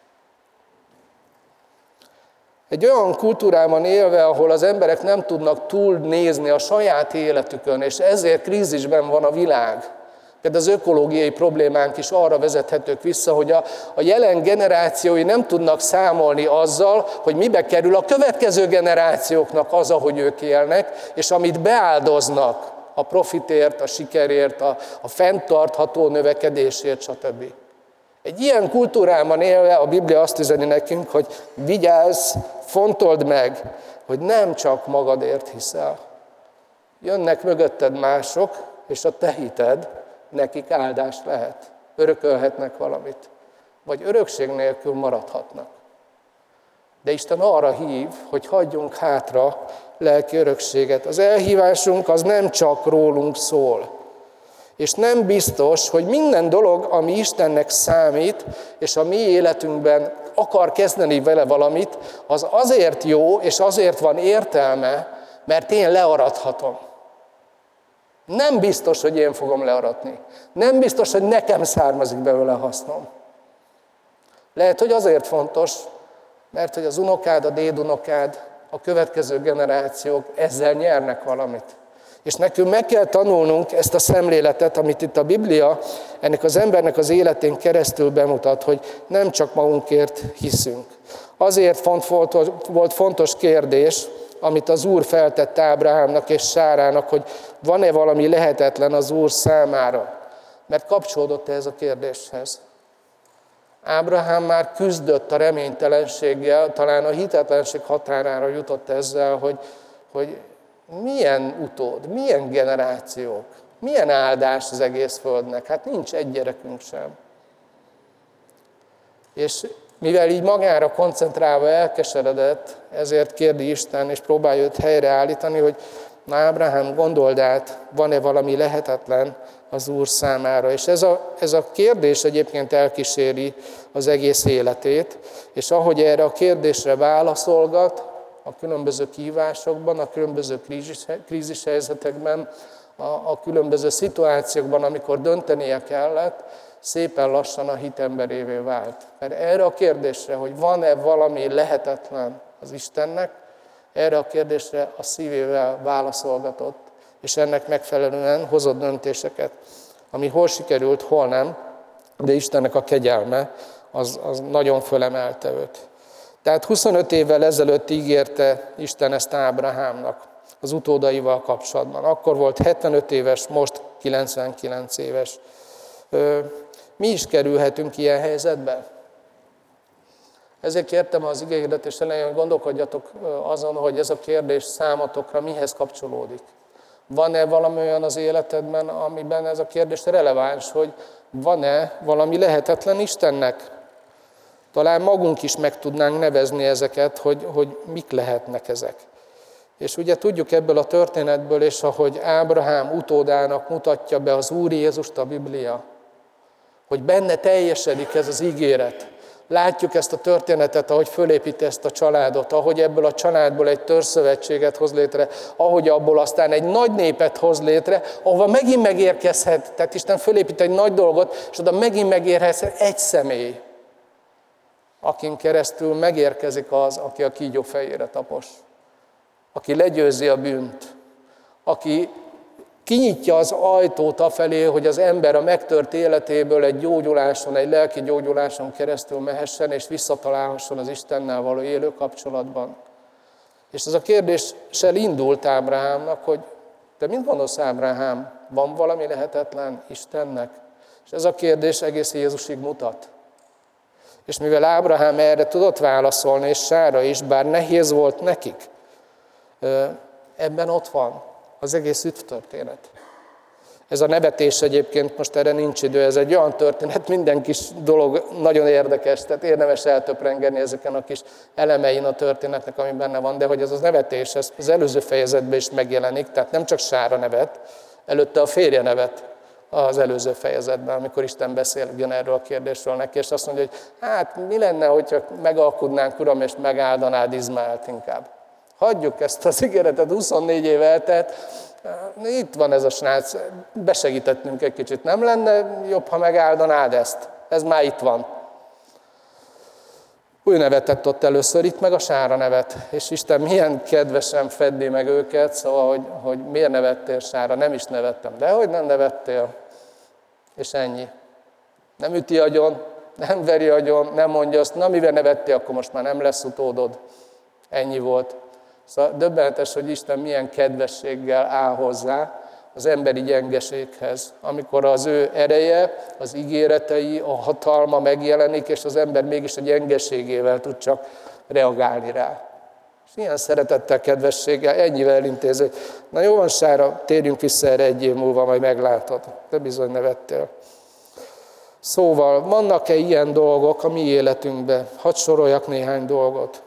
Egy olyan kultúrában élve, ahol az emberek nem tudnak túlnézni a saját életükön, és ezért krízisben van a világ. Például az ökológiai problémánk is arra vezethetők vissza, hogy a jelen generációi nem tudnak számolni azzal, hogy mibe kerül a következő generációknak az, ahogy ők élnek, és amit beáldoznak a profitért, a sikerért, a fenntartható növekedésért, stb. Egy ilyen kultúrában élve a Biblia azt üzeni nekünk, hogy vigyázz, fontold meg, hogy nem csak magadért hiszel. Jönnek mögötted mások, és a te hited nekik áldás lehet. Örökölhetnek valamit. Vagy örökség nélkül maradhatnak. De Isten arra hív, hogy hagyjunk hátra lelki örökséget. Az elhívásunk az nem csak rólunk szól. És nem biztos, hogy minden dolog, ami Istennek számít, és a mi életünkben akar kezdeni vele valamit, az azért jó, és azért van értelme, mert én learathatom. Nem biztos, hogy én fogom learatni. Nem biztos, hogy nekem származik belőle hasznom. Lehet, hogy azért fontos, mert hogy az unokád, a dédunokád, a következő generációk ezzel nyernek valamit. És nekünk meg kell tanulnunk ezt a szemléletet, amit itt a Biblia ennek az embernek az életén keresztül bemutat, hogy nem csak magunkért hiszünk. Azért volt fontos kérdés, amit az Úr feltett Ábrahámnak és Sárának, hogy van-e valami lehetetlen az Úr számára. Mert kapcsolódott ez a kérdéshez. Ábrahám már küzdött a reménytelenséggel, talán a hitetlenség határára jutott ezzel, hogy milyen utód, milyen generációk, milyen áldás az egész földnek. Hát nincs egy gyerekünk sem. És mivel így magára koncentrálva elkeseredett, ezért kérdi Isten, és próbálja őt helyreállítani, hogy na Ábrahám, gondold át, van-e valami lehetetlen az Úr számára. És ez a kérdés egyébként elkíséri az egész életét, és ahogy erre a kérdésre válaszolgat, a különböző kihívásokban, a különböző krízishelyzetekben, a különböző szituációkban, amikor döntenie kellett, szépen lassan a hit emberévé vált. Mert erre a kérdésre, hogy van-e valami lehetetlen az Istennek, erre a kérdésre a szívével válaszolgatott, és ennek megfelelően hozott döntéseket, ami hol sikerült, hol nem, de Istennek a kegyelme az nagyon fölemelte őt. Tehát 25 évvel ezelőtt ígérte Isten ezt Ábrahámnak az utódaival kapcsolatban. Akkor volt 75 éves, most 99 éves. Mi is kerülhetünk ilyen helyzetbe? Ezért kértem az igéhirdetés elején, hogy gondolkodjatok azon, hogy ez a kérdés számotokra mihez kapcsolódik. Van-e valami olyan az életedben, amiben ez a kérdés releváns, hogy van-e valami lehetetlen Istennek? Talán magunk is meg tudnánk nevezni ezeket, hogy mik lehetnek ezek. És ugye tudjuk ebből a történetből, és ahogy Ábrahám utódának mutatja be az Úr Jézust a Biblia, hogy benne teljesedik ez az ígéret. Látjuk ezt a történetet, ahogy fölépíti ezt a családot, ahogy ebből a családból egy törzszövetséget hoz létre, ahogy abból aztán egy nagy népet hoz létre, ahova megint megérkezhet, tehát Isten fölépít egy nagy dolgot, és oda megint megérkezhet egy személy, akin keresztül megérkezik az, aki a kígyó fejére tapos, aki legyőzi a bűnt, aki kinyitja az ajtót afelé, hogy az ember a megtört életéből egy gyógyuláson, egy lelki gyógyuláson keresztül mehessen, és visszatalálhasson az Istennel való élő kapcsolatban. És ez a kérdéssel indult Ábrahámnak, hogy te mit gondolsz, Ábrahám, van valami lehetetlen Istennek? És ez a kérdés egész Jézusig mutat. És mivel Ábrahám erre tudott válaszolni, és Sára is, bár nehéz volt nekik, ebben ott van az egész üdvtörténet. Ez a nevetés egyébként, most erre nincs idő, ez egy olyan történet, minden kis dolog nagyon érdekes, tehát érdemes eltöprengeni ezeken a kis elemein a történetnek, ami benne van, de hogy ez a nevetés, ez az előző fejezetben is megjelenik, tehát nem csak Sára nevet, előtte a férje nevet az előző fejezetben, amikor Isten beszél ugyanerről a kérdésről neki, és azt mondja, hogy hát mi lenne, hogyha megalkudnánk, Uram, és megáldanád Izmaelt inkább. Hagyjuk ezt az ígéretet, 24 év eltelt, itt van ez a srác, besegítettünk egy kicsit, nem lenne jobb, ha megáldanád ezt? Ez már itt van. Ő nevetett ott először, itt meg a Sára nevet, és Isten milyen kedvesen feddi meg őket, szóval, hogy miért nevettél, Sára, nem is nevettem, de hogy nem nevettél, és ennyi. Nem üti agyon, nem veri agyon, nem mondja azt, na mivel nevettél, akkor most már nem lesz utódod. Ennyi volt. Szóval döbbenetes, hogy Isten milyen kedvességgel áll hozzá, az emberi gyengeséghez, amikor az ő ereje, az ígéretei, a hatalma megjelenik, és az ember mégis a gyengeségével tud csak reagálni rá. És ilyen szeretettel, kedvességgel, ennyivel elintéző. Na jó van, Sára, térjünk vissza erre 1 év múlva, majd meglátod. De bizony nevettél. Szóval, vannak-e ilyen dolgok a mi életünkben? Hadd soroljak néhány dolgot.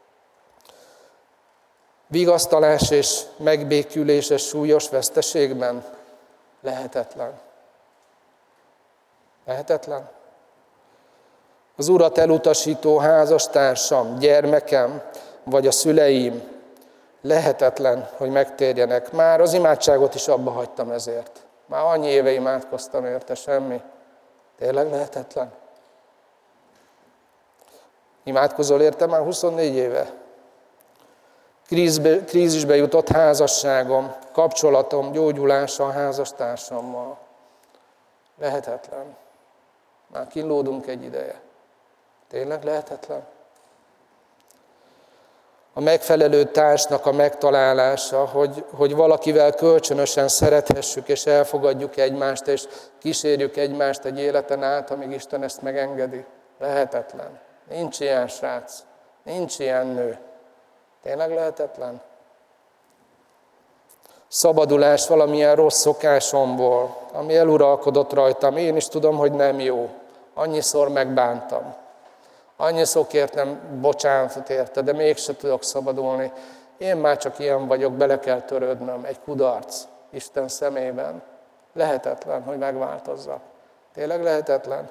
Vigasztalás és megbékülés és súlyos veszteségben? Lehetetlen. Lehetetlen. Az Urat elutasító házastársam, gyermekem, vagy a szüleim, lehetetlen, hogy megtérjenek. Már az imádságot is abba hagytam ezért. Már annyi éve imádkoztam érte, semmi. Tényleg lehetetlen? Imádkozol érte már 24 éve? Krízisbe jutott házasságom, kapcsolatom, gyógyulása a házastársammal. Lehetetlen. Már kínlódunk egy ideje. Tényleg lehetetlen? A megfelelő társnak a megtalálása, hogy valakivel kölcsönösen szerethessük és elfogadjuk egymást, és kísérjük egymást egy életen át, amíg Isten ezt megengedi. Lehetetlen. Nincs ilyen srác. Nincs ilyen nő. Tényleg lehetetlen? Szabadulás valamilyen rossz szokásomból, ami eluralkodott rajtam. Én is tudom, hogy nem jó. Annyiszor megbántam. Annyiszor kértem bocsánatot érte, de mégse tudok szabadulni. Én már csak ilyen vagyok, bele kell törődnöm. Egy kudarc Isten szemében. Lehetetlen, hogy megváltozzak. Tényleg lehetetlen?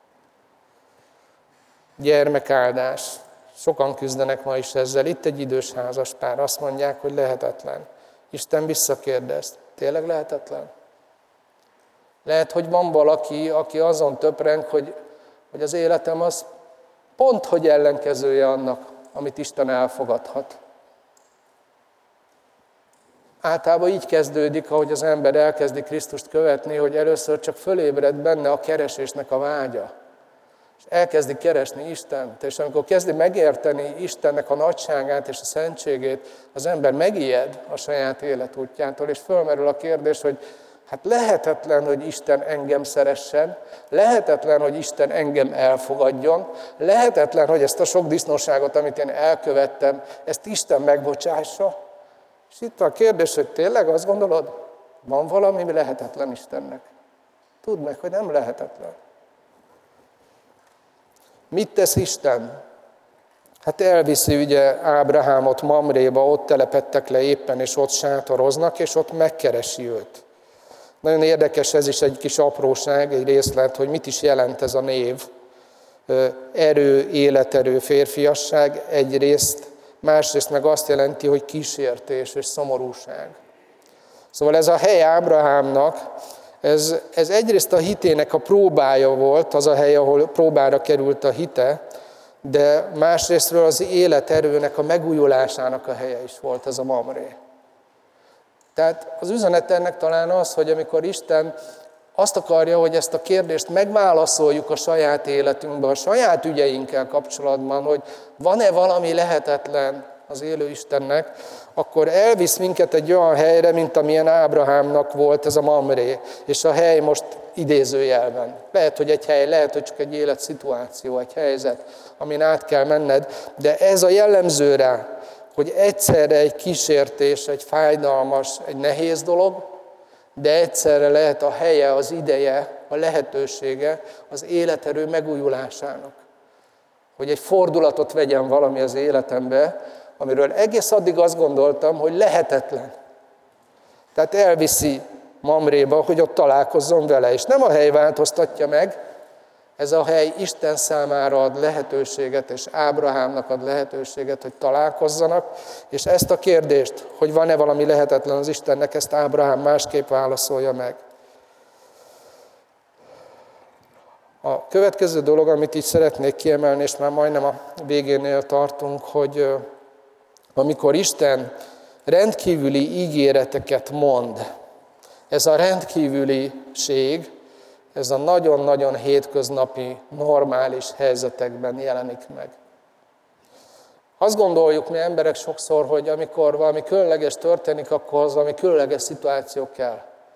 Gyermekáldás. Sokan küzdenek ma is ezzel. Itt egy idős házaspár. Azt mondják, hogy lehetetlen. Isten visszakérdez. Tényleg lehetetlen? Lehet, hogy van valaki, aki azon töpreng, hogy az életem az pont, hogy ellenkezője annak, amit Isten elfogadhat. Általában így kezdődik, ahogy az ember elkezdi Krisztust követni, hogy először csak fölébred benne a keresésnek a vágya. És elkezdi keresni Istent, és amikor kezdi megérteni Istennek a nagyságát és a szentségét, az ember megijed a saját életútjától, és fölmerül a kérdés, hogy hát lehetetlen, hogy Isten engem szeressen, lehetetlen, hogy Isten engem elfogadjon, lehetetlen, hogy ezt a sok disznóságot, amit én elkövettem, ezt Isten megbocsássa. És itt a kérdés, hogy tényleg azt gondolod, van valami, ami lehetetlen Istennek? Tudd meg, hogy nem lehetetlen. Mit tesz Isten? Hát elviszi ugye Ábrahámot Mamréba, ott telepedtek le éppen, és ott sátoroznak, és ott megkeresi őt. Nagyon érdekes, ez is egy kis apróság, egy részlet, hogy mit is jelent ez a név. Erő, életerő, férfiasság egyrészt, másrészt meg azt jelenti, hogy kísértés és szomorúság. Szóval ez a hely Ábrahámnak, ez egyrészt a hitének a próbája volt, az a hely, ahol próbára került a hite, de másrésztről az életerőnek a megújulásának a helye is volt ez a Mamré. Tehát az üzenet ennek talán az, hogy amikor Isten azt akarja, hogy ezt a kérdést megválaszoljuk a saját életünkben, a saját ügyeinkkel kapcsolatban, hogy van-e valami lehetetlen az élő Istennek, akkor elvisz minket egy olyan helyre, mint amilyen Ábrahámnak volt ez a Mamré. És a hely most idézőjelben. Lehet, hogy egy hely, lehet, hogy csak egy életszituáció, egy helyzet, amin át kell menned, de ez a jellemző rá, hogy egyszerre egy kísértés, egy fájdalmas, egy nehéz dolog, de egyszerre lehet a helye, az ideje, a lehetősége az életerő megújulásának. Hogy egy fordulatot vegyen valami az életembe, amiről egész addig azt gondoltam, hogy lehetetlen. Tehát elviszi Mamréba, hogy ott találkozzon vele. És nem a hely változtatja meg, ez a hely Isten számára ad lehetőséget, és Ábrahámnak ad lehetőséget, hogy találkozzanak. És ezt a kérdést, hogy van-e valami lehetetlen az Istennek, ezt Ábrahám másképp válaszolja meg. A következő dolog, amit így szeretnék kiemelni, és már majdnem a végénél tartunk, hogy amikor Isten rendkívüli ígéreteket mond, ez a rendkívüliség, ez a nagyon-nagyon hétköznapi, normális helyzetekben jelenik meg. Azt gondoljuk mi emberek sokszor, hogy amikor valami különleges történik, akkor az valami különleges szituáció kell.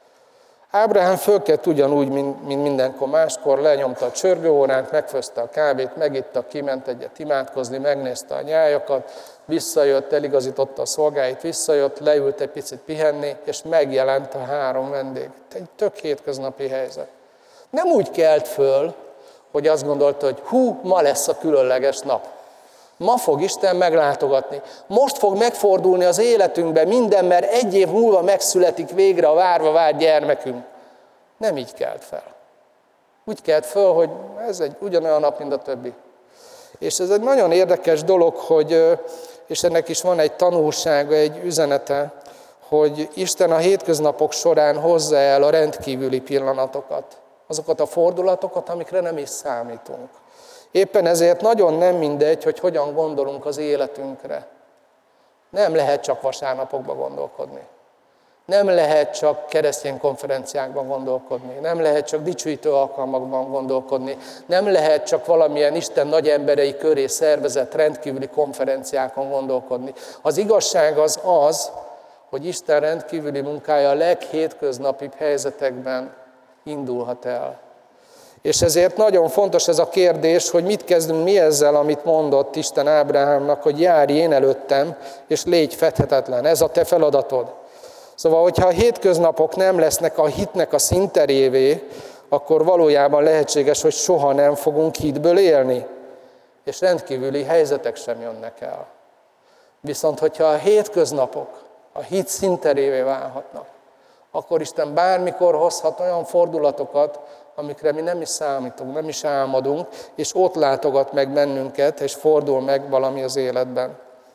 Ábrahám fölkelt ugyanúgy, mint mindenkor máskor, lenyomta a csörgőórát, megfőzte a kávét, megitta, kiment egyet imádkozni, megnézte a nyájakat, visszajött, eligazította a szolgáit, visszajött, leült egy picit pihenni, és megjelent a 3 vendég. Egy tök hétköznapi helyzet. Nem úgy kelt föl, hogy azt gondolta, hogy ma lesz a különleges nap. Ma fog Isten meglátogatni. Most fog megfordulni az életünkben minden, mert 1 év múlva megszületik végre a várva várt gyermekünk. Nem így kelt fel. Úgy kelt föl, hogy ez egy ugyanolyan nap, mint a többi. És ez egy nagyon érdekes dolog, és ennek is van egy tanulsága, egy üzenete, hogy Isten a hétköznapok során hozza el a rendkívüli pillanatokat. Azokat a fordulatokat, amikre nem is számítunk. Éppen ezért nagyon nem mindegy, hogy hogyan gondolunk az életünkre. Nem lehet csak vasárnapokban gondolkodni. Nem lehet csak keresztény konferenciákban gondolkodni. Nem lehet csak dicsőítő alkalmakban gondolkodni. Nem lehet csak valamilyen Isten nagy emberei köré szervezett rendkívüli konferenciákon gondolkodni. Az igazság az, hogy Isten rendkívüli munkája a leghétköznapibb helyzetekben indulhat el. És ezért nagyon fontos ez a kérdés, hogy mit kezdünk mi ezzel, amit mondott Isten Ábrahámnak, hogy járj én előttem, és légy fedhetetlen. Ez a te feladatod. Szóval, hogyha a hétköznapok nem lesznek a hitnek a színterévé, akkor valójában lehetséges, hogy soha nem fogunk hitből élni. És rendkívüli helyzetek sem jönnek el. Viszont, hogyha a hétköznapok a hit színterévé válhatnak, akkor Isten bármikor hozhat olyan fordulatokat, amikre mi nem is számítunk, nem is álmodunk, és ott látogat meg bennünket, és fordul meg valami az életben.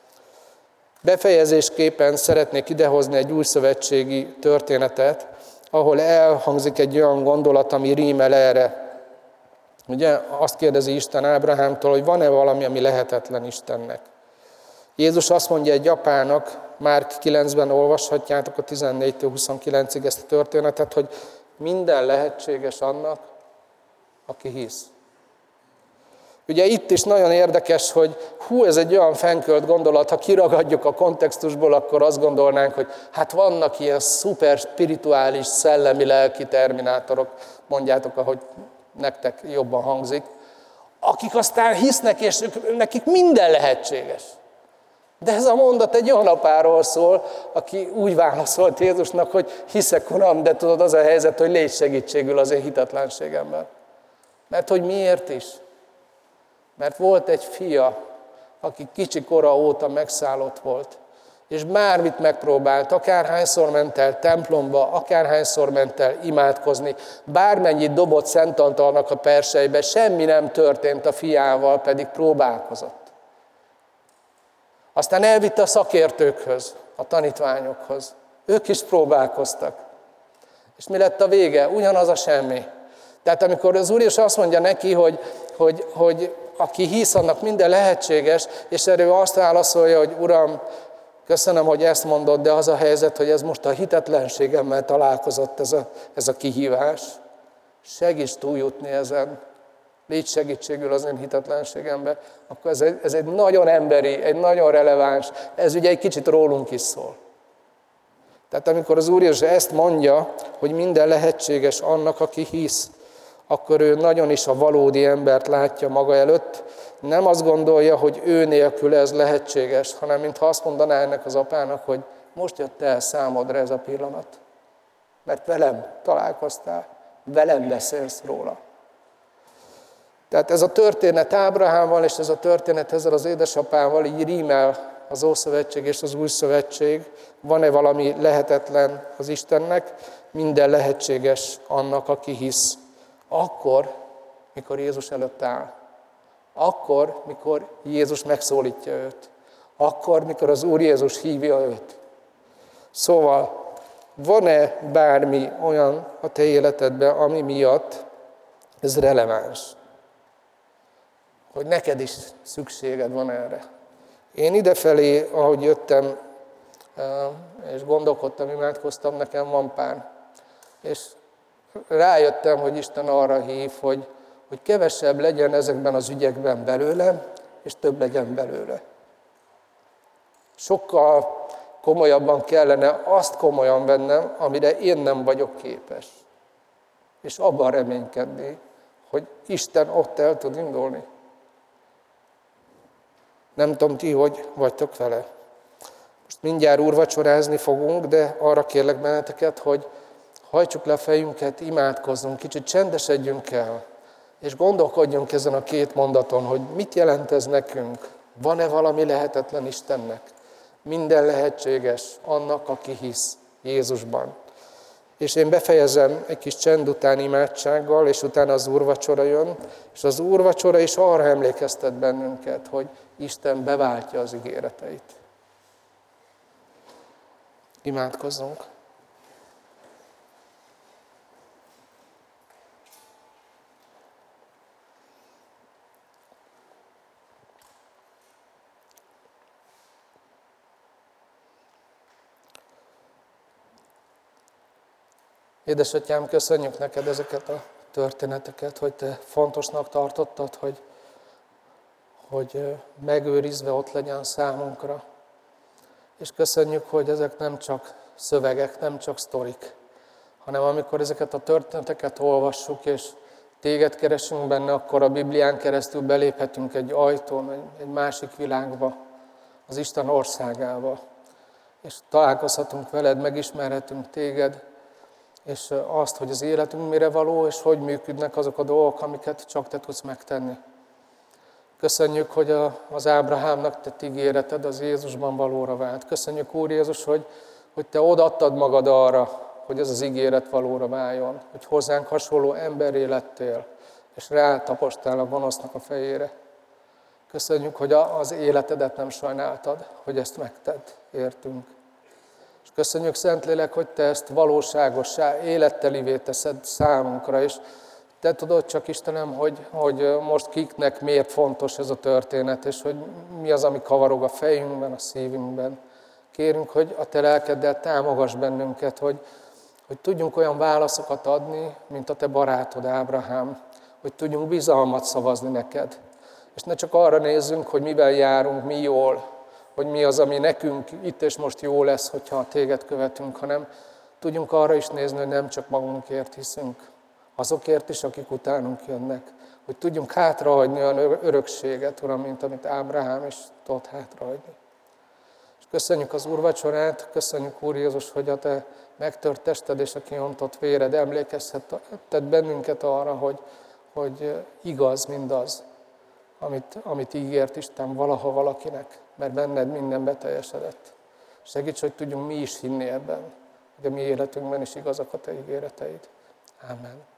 Befejezésképpen szeretnék idehozni egy újszövetségi történetet, ahol elhangzik egy olyan gondolat, ami rímel erre. Ugye azt kérdezi Isten Ábrahámtól, hogy van-e valami, ami lehetetlen Istennek. Jézus azt mondja egy apának, Márk 9-ben olvashatjátok a 14-29-ig ezt a történetet, hogy minden lehetséges annak, aki hisz. Ugye itt is nagyon érdekes, hogy ez egy olyan fennkölt gondolat, ha kiragadjuk a kontextusból, akkor azt gondolnánk, hogy hát vannak ilyen szuper spirituális, szellemi, lelki terminátorok, mondjátok, ahogy nektek jobban hangzik, akik aztán hisznek, és nekik minden lehetséges. De ez a mondat egy olyan apáról szól, aki úgy válaszolt Jézusnak, hogy hiszek, Uram, de tudod, az a helyzet, hogy légy segítségül az én hitetlenségemben. Mert hogy miért is? Mert volt egy fia, aki kicsi kora óta megszállott volt, és bármit megpróbált, akárhányszor ment el templomba, akárhányszor ment el imádkozni, bármennyit dobott Szent Antalnak a persejbe, semmi nem történt a fiával, pedig próbálkozott. Aztán elvitte a szakértőkhöz, a tanítványokhoz. Ők is próbálkoztak. És mi lett a vége? Ugyanaz a semmi. Tehát amikor az Úr is azt mondja neki, hogy aki hisz, annak minden lehetséges, és erről azt válaszolja, hogy Uram, köszönöm, hogy ezt mondod, de az a helyzet, hogy ez most a hitetlenségemmel találkozott ez a kihívás. Segíts túljutni ezen. Légy segítségül az én hitetlenségembe, akkor ez egy nagyon emberi, egy nagyon releváns, ez ugye egy kicsit rólunk is szól. Tehát amikor az Úr Jézus ezt mondja, hogy minden lehetséges annak, aki hisz, akkor ő nagyon is a valódi embert látja maga előtt, nem azt gondolja, hogy ő nélkül ez lehetséges, hanem mintha azt mondaná ennek az apának, hogy most jött el számodra ez a pillanat, mert velem találkoztál, velem beszélsz róla. Tehát ez a történet Ábrahámmal, és ez a történet ezzel az édesapával így rímel az Ószövetség és az Új Szövetség. Van-e valami lehetetlen az Istennek? Minden lehetséges annak, aki hisz. Akkor, mikor Jézus előtt áll. Akkor, mikor Jézus megszólítja őt. Akkor, mikor az Úr Jézus hívja őt. Szóval, van-e bármi olyan a te életedben, ami miatt ez releváns? Hogy neked is szükséged van erre. Én idefelé, ahogy jöttem, és gondolkodtam, imádkoztam, nekem van pár. És rájöttem, hogy Isten arra hív, hogy kevesebb legyen ezekben az ügyekben belőlem, és több legyen belőle. Sokkal komolyabban kellene azt komolyan vennem, amire én nem vagyok képes. és abban reménykedni, hogy Isten ott el tud indulni. Nem tudom ti, hogy vagytok vele. Most mindjárt úrvacsorázni fogunk, de arra kérlek benneteket, hogy hajtsuk le a fejünket, imádkozzunk, kicsit csendesedjünk el, és gondolkodjunk ezen a két mondaton, hogy mit jelent ez nekünk. Van-e valami lehetetlen Istennek? Minden lehetséges annak, aki hisz Jézusban. És én befejezem egy kis csend után imádsággal, és utána az úrvacsora jön, és az úrvacsora is arra emlékeztet bennünket, hogy Isten beváltja az ígéreteit. Imádkozzunk! Édesatyám, köszönjük neked ezeket a történeteket, hogy te fontosnak tartottad, hogy megőrizve ott legyen számunkra. És köszönjük, hogy ezek nem csak szövegek, nem csak sztorik, hanem amikor ezeket a történeteket olvassuk, és téged keresünk benne, akkor a Biblián keresztül beléphetünk egy ajtón, egy másik világba, az Isten országába. És találkozhatunk veled, megismerhetünk téged, és azt, hogy az életünk mire való, és hogy működnek azok a dolgok, amiket csak te tudsz megtenni. Köszönjük, hogy az Ábrahámnak tett ígéreted az Jézusban valóra vált. Köszönjük, Úr Jézus, hogy te odaadtad magad arra, hogy ez az ígéret valóra váljon. Hogy hozzánk hasonló emberré lettél, és rátapostál a gonosznak a fejére. Köszönjük, hogy az életedet nem sajnáltad, hogy ezt megtedd, értünk. És köszönjük, Szentlélek, hogy te ezt valóságossá, élettelivé teszed számunkra, és te tudod csak, Istenem, hogy most kiknek miért fontos ez a történet, és hogy mi az, ami kavarog a fejünkben, a szívünkben. Kérünk, hogy a te lelkeddel támogass bennünket, hogy tudjunk olyan válaszokat adni, mint a te barátod Ábrahám, hogy tudjunk bizalmat szavazni neked. És ne csak arra nézzünk, hogy mivel járunk, mi jól, hogy mi az, ami nekünk itt és most jó lesz, hogyha téged követünk, hanem tudjunk arra is nézni, hogy nem csak magunkért hiszünk, azokért is, akik utánunk jönnek, hogy tudjunk hátrahagyni olyan örökséget, Uram, mint amit Ábrahám is tudott hátrahagyni. És köszönjük az úrvacsorát, köszönjük, Úr Jézus, hogy a te megtört tested és a kiontott véred emlékeztetted bennünket arra, hogy igaz mindaz, amit ígért Isten valaha valakinek, mert benned minden beteljesedett. Segíts, hogy tudjunk mi is hinni ebben, hogy a mi életünkben is igazak a te ígéreteid. Amen.